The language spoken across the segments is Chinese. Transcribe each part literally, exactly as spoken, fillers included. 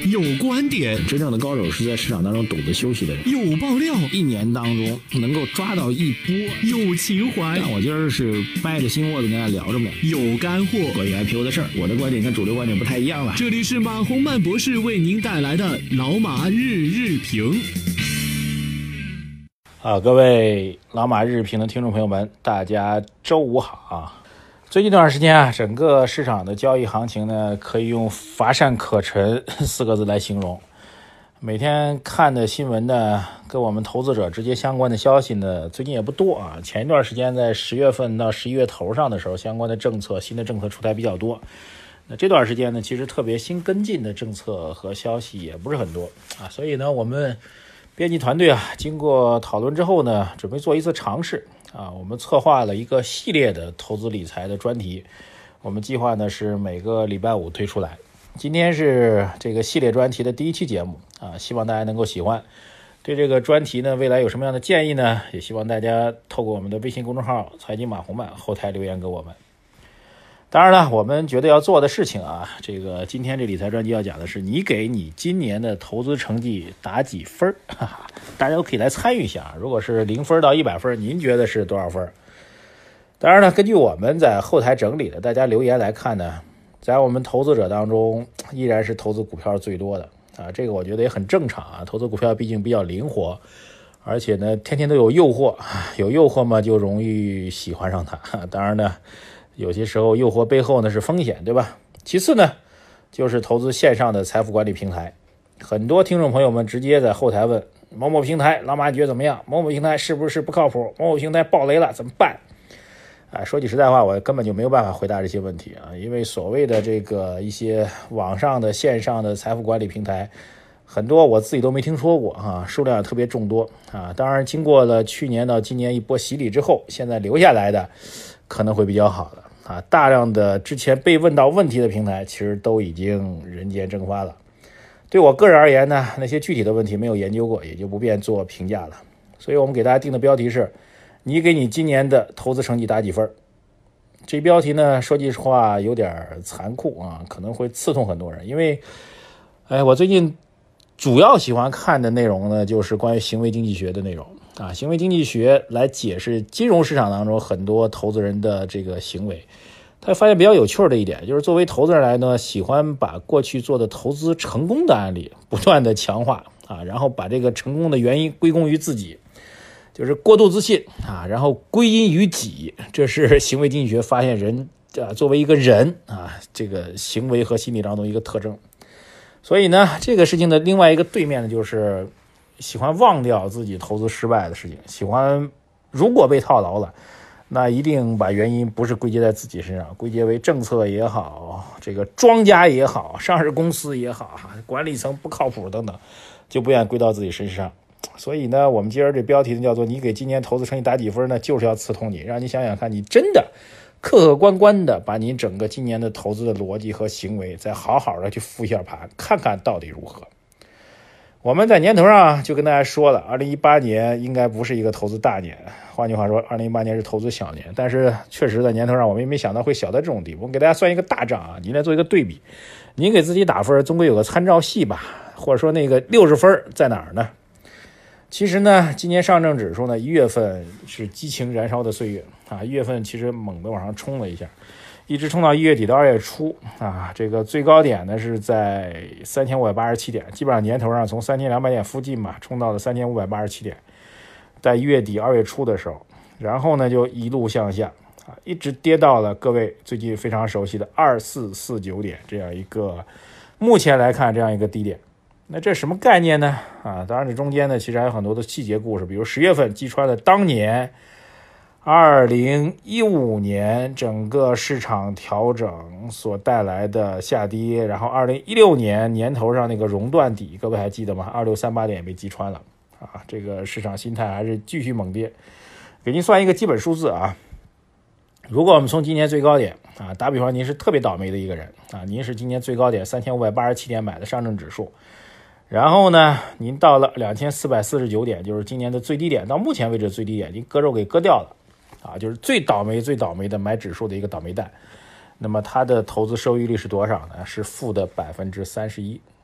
有观点， 真正的高手是在市场当中懂得休息的人。 有爆料， 一年当中能够抓到一波， 有情怀。 但我今儿是掰着心窝子跟大家聊着呢， 有干货。 关于 I P O 的事儿，我的观点跟主流观点不太一样了。 这里是马洪曼博士为您带来的老马日日评。 啊，各位老马日评的听众朋友们，大家周五好啊！最近这段时间啊，整个市场的交易行情呢，可以用乏善可陈四个字来形容。每天看的新闻呢，跟我们投资者直接相关的消息呢，最近也不多啊。前一段时间在十月份到十一月头上的时候，相关的政策、新的政策出台比较多。那这段时间呢，其实特别新跟进的政策和消息也不是很多啊，所以呢，我们编辑团队啊，经过讨论之后呢，准备做一次尝试啊。我们策划了一个系列的投资理财的专题，我们计划呢是每个礼拜五推出来。今天是这个系列专题的第一期节目啊，希望大家能够喜欢。对这个专题呢，未来有什么样的建议呢？也希望大家透过我们的微信公众号财经马洪曼后台留言给我们。当然了，我们觉得要做的事情啊，这个今天这理财专辑要讲的是你给你今年的投资成绩打几分，哈哈，大家都可以来参与一下。如果是零分到一百分，您觉得是多少分？当然了，根据我们在后台整理的大家留言来看呢，在我们投资者当中依然是投资股票最多的啊，这个我觉得也很正常啊。投资股票毕竟比较灵活，而且呢天天都有诱惑，有诱惑嘛就容易喜欢上它。当然呢，有些时候诱惑背后呢是风险，对吧？其次呢，就是投资线上的财富管理平台。很多听众朋友们直接在后台问某某平台老马你觉得怎么样？某某平台是不是不靠谱？某某平台爆雷了怎么办？啊，说句实在话，我根本就没有办法回答这些问题啊，因为所谓的这个一些网上的线上的财富管理平台，很多我自己都没听说过啊，数量也特别众多啊。当然，经过了去年到今年一波洗礼之后，现在留下来的可能会比较好的啊。大量的之前被问到问题的平台，其实都已经人间蒸发了。对我个人而言呢，那些具体的问题没有研究过，也就不便做评价了。所以我们给大家定的标题是：你给你今年的投资成绩打几分？这标题呢，说句实话有点残酷啊，可能会刺痛很多人。因为，哎，我最近主要喜欢看的内容呢，就是关于行为经济学的内容啊。行为经济学来解释金融市场当中很多投资人的这个行为。他发现比较有趣的一点，就是作为投资人来呢，喜欢把过去做的投资成功的案例不断的强化啊，然后把这个成功的原因归功于自己。就是过度自信啊，然后归因于己，这是行为经济学发现人啊作为一个人啊这个行为和心理当中一个特征。所以呢，这个事情的另外一个对面呢，就是喜欢忘掉自己投资失败的事情，喜欢如果被套牢了，那一定把原因不是归结在自己身上，归结为政策也好，这个庄家也好，上市公司也好，管理层不靠谱等等，就不愿归到自己身上。所以呢，我们今儿这标题呢叫做你给今年投资成绩打几分呢，就是要刺痛你，让你想想看，你真的客客观观的把你整个今年的投资的逻辑和行为再好好的去复一下盘，看看到底如何。我们在年头上就跟大家说了，二零一八年应该不是一个投资大年，换句话说二零一八年是投资小年，但是确实在年头上我们也没想到会小到这种地步。我们给大家算一个大账啊，你来做一个对比，你给自己打分总归有个参照系吧，或者说那个六十分在哪儿呢？其实呢，今年上证指数呢，一月份是激情燃烧的岁月啊，一月份其实猛地往上冲了一下，一直冲到一月底到二月初啊，这个最高点呢是在三千五百八十七点，基本上年头上从三千两百点附近嘛，冲到了三千五百八十七点，在一月底二月初的时候，然后呢就一路向下啊，一直跌到了各位最近非常熟悉的二四四九点这样一个，目前来看这样一个低点。那这什么概念呢？啊，当然这中间呢其实还有很多的细节故事，比如十月份击穿了当年二零一五年整个市场调整所带来的下跌，然后二零一六年年头上那个熔断底，各位还记得吗？二六三八点也被击穿了啊，这个市场心态还是继续猛跌。给您算一个基本数字啊，如果我们从今年最高点啊，打比方您是特别倒霉的一个人啊，您是今年最高点三千五百八十七点买的上证指数，然后呢您到了两千四百四十九点，就是今年的最低点，到目前为止最低点，您割肉给割掉了啊，就是最倒霉最倒霉的买指数的一个倒霉蛋。那么它的投资收益率是多少呢？是负的百分之三十一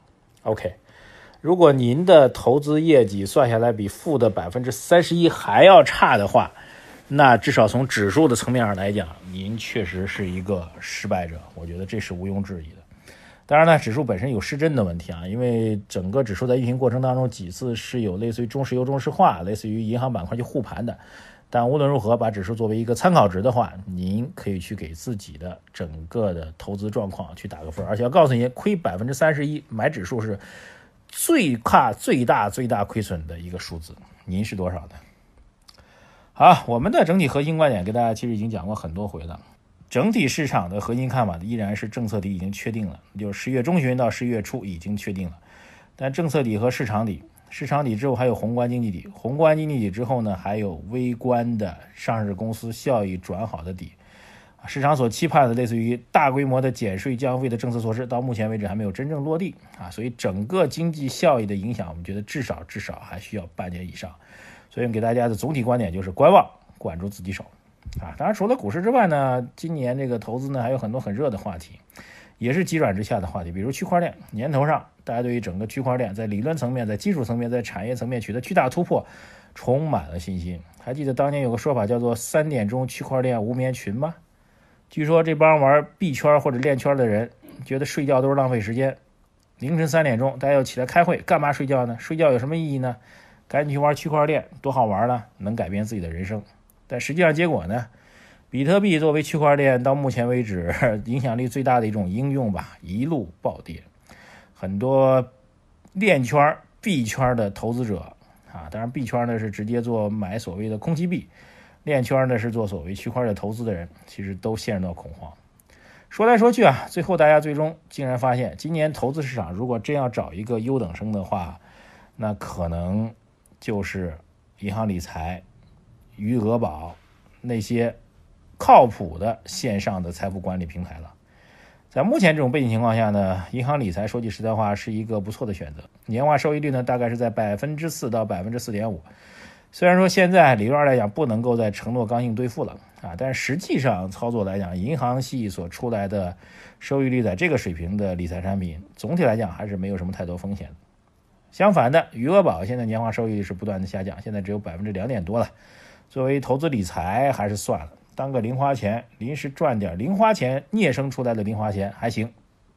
OK， 如果您的投资业绩算下来比负的百分之三十一还要差的话，那至少从指数的层面上来讲，您确实是一个失败者，我觉得这是毋庸置疑的。当然呢，指数本身有失真的问题啊，因为整个指数在运行过程当中几次是有类似于中石油、中石化、类似于银行板块去护盘的。但无论如何，把指数作为一个参考值的话，您可以去给自己的整个的投资状况去打个分，而且要告诉您，亏百分之三十一买指数是最怕最大最大亏损的一个数字。您是多少的？好，我们的整体核心观点给大家其实已经讲过很多回了。整体市场的核心看法依然是政策底已经确定了，就是十月中旬到十月初已经确定了。但政策底和市场底，市场底之后还有宏观经济底，宏观经济底之后呢，还有微观的上市公司效益转好的底。市场所期盼的类似于大规模的减税降费的政策措施，到目前为止还没有真正落地啊，所以整个经济效益的影响，我们觉得至少至少还需要半年以上。所以给大家的总体观点就是观望，管住自己手。啊，当然除了股市之外呢，今年这个投资呢还有很多很热的话题，也是急转直下的话题，比如区块链。年头上大家对于整个区块链在理论层面、在技术层面、在产业层面取得巨大突破充满了信心。还记得当年有个说法叫做三点钟区块链无眠群吗？据说这帮玩币圈或者链圈的人觉得睡觉都是浪费时间，凌晨三点钟大家要起来开会，干嘛睡觉呢？睡觉有什么意义呢？赶紧去玩区块链，多好玩呢，能改变自己的人生。但实际上结果呢，比特币作为区块链到目前为止影响力最大的一种应用吧，一路暴跌。很多链圈币圈的投资者啊，当然币圈呢是直接做买所谓的空气币，链圈呢是做所谓区块链投资的人，其实都陷入到恐慌。说来说去啊，最后大家最终竟然发现，今年投资市场如果真要找一个优等生的话，那可能就是银行理财、余额宝那些靠谱的线上的财富管理平台了。在目前这种背景情况下呢，银行理财说句实在话是一个不错的选择，年化收益率呢大概是在百分之四到百分之四点五。虽然说现在理论上来讲不能够再承诺刚性兑付了啊，但是实际上操作来讲，银行系所出来的收益率在这个水平的理财产品，总体来讲还是没有什么太多风险的。相反的，余额宝现在年化收益率是不断的下降，现在只有百分之两点多了。作为投资理财还是算了，当个零花钱，临时赚点零花钱，孽生出来的零花钱还行。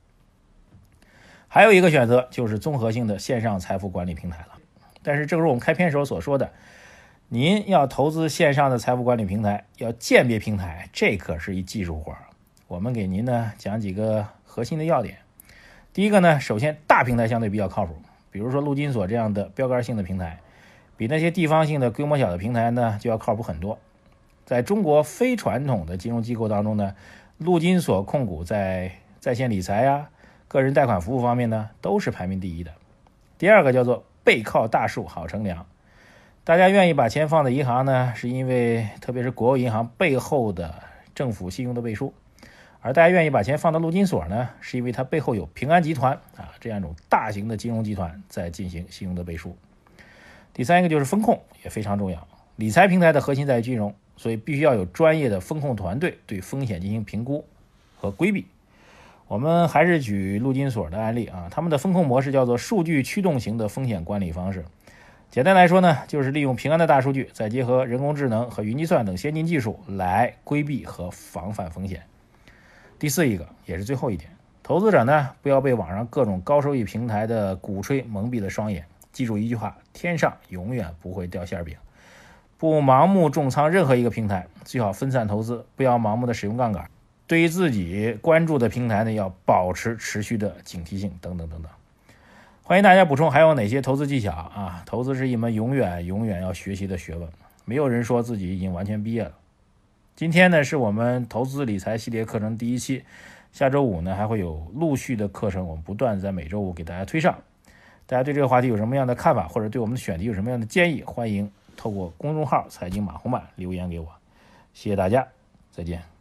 还有一个选择就是综合性的线上财富管理平台了。但是正如我们开篇时候所说的，您要投资线上的财富管理平台，要鉴别平台，这可是一技术活。我们给您呢讲几个核心的要点。第一个呢，首先大平台相对比较靠谱，比如说陆金所这样的标杆性的平台，比那些地方性的规模小的平台呢就要靠谱很多。在中国非传统的金融机构当中呢，陆金所控股在在线理财啊、个人贷款服务方面呢都是排名第一的。第二个叫做背靠大树好乘凉。大家愿意把钱放在银行呢，是因为特别是国有银行背后的政府信用的背书，而大家愿意把钱放到陆金所呢，是因为它背后有平安集团啊这样一种大型的金融集团在进行信用的背书。第三个就是风控也非常重要，理财平台的核心在于金融，所以必须要有专业的风控团队对风险进行评估和规避。我们还是举陆金所的案例啊，他们的风控模式叫做数据驱动型的风险管理方式。简单来说呢，就是利用平安的大数据，再结合人工智能和云计算等先进技术来规避和防范风险。第四一个也是最后一点，投资者呢不要被网上各种高收益平台的鼓吹蒙蔽了双眼。记住一句话，天上永远不会掉馅饼。不盲目重仓任何一个平台，最好分散投资，不要盲目的使用杠杆。对于自己关注的平台呢，要保持持续的警惕性等等等等。欢迎大家补充还有哪些投资技巧啊？投资是一门永远永远要学习的学问，没有人说自己已经完全毕业了。今天呢是我们投资理财系列课程第一期，下周五呢还会有陆续的课程，我们不断在每周五给大家推上。大家对这个话题有什么样的看法，或者对我们的选题有什么样的建议，欢迎透过公众号财经马红漫留言给我。谢谢大家，再见。